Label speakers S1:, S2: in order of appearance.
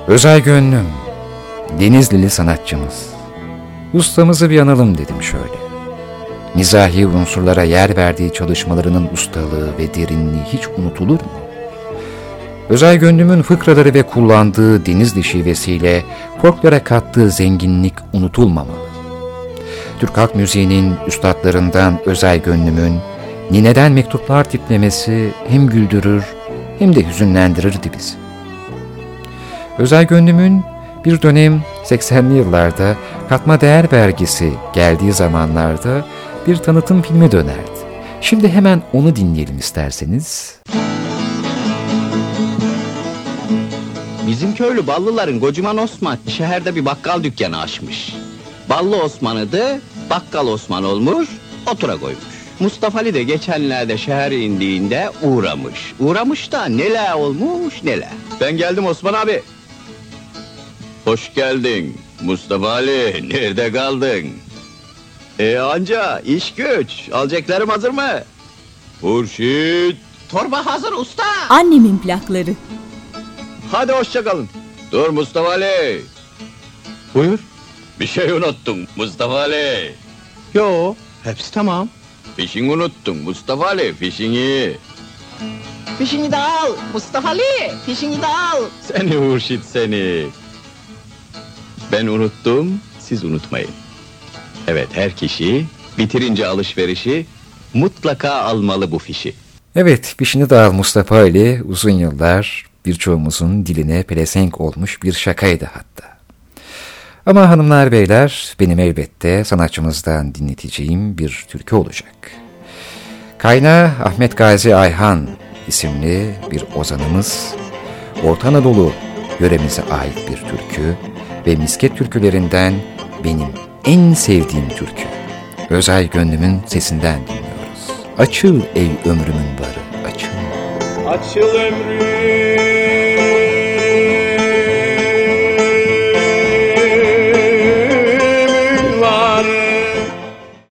S1: Özay Gönlüm, Denizlili sanatçımız. Ustamızı bir analım dedim şöyle. Mizahi unsurlara yer verdiği çalışmalarının ustalığı ve derinliği hiç unutulur mu? Özay Gönlüm'ün fıkraları ve kullandığı Denizli şivesiyle folklora kattığı zenginlik unutulmamalı. Türk halk müziğinin üstadlarından Özay Gönlüm'ün nineden mektuplar tiplemesi hem güldürür hem de hüzünlendirirdi bizi. Özay Gönlüm'ün bir dönem 80'li yıllarda katma değer vergisi geldiği zamanlarda bir tanıtım filmi dönerdi. Şimdi hemen onu dinleyelim isterseniz.
S2: Bizim köylü Ballıların Kocaman Osman şehirde bir bakkal dükkanı açmış. Ballı Osman'ıdı, bakkal Osman olmuş, otura koymuş. Mustafa Ali de geçenlerde şehre indiğinde uğramış. Uğramış da neler olmuş neler. Ben geldim Osman abi. Hoş geldin Mustafa Ali, nerede kaldın? Anca iş güç, alacaklarım hazır mı? Hurşit. Torba hazır usta.
S3: Annemin plakları.
S2: Hadi hoşça kalın. Dur Mustafa Ali. Buyur. Bir şey unuttun Mustafa Ali. Yo, hepsi tamam. Fişini unuttun Mustafa Ali, fişini. Fişini de al Mustafa Ali, fişini de al. Seni Hurşit seni. Ben unuttum, siz unutmayın. Evet, her kişi bitirince alışverişi mutlaka almalı bu fişi.
S1: Evet, fişini de al Mustafa Ali uzun yıllar birçoğumuzun diline pelesenk olmuş bir şakaydı hatta. Ama hanımlar beyler, benim elbette sanatçımızdan dinleteceğim bir türkü olacak. Kaynağı Ahmet Gazi Ayhan isimli bir ozanımız, Orta Anadolu yöremize ait bir türkü ve misket türkülerinden benim en sevdiğim türkü. Özay Gönlüm'ün sesinden dinliyoruz. Açıl ey ömrümün barı, açıl.
S4: Açıl ömrüm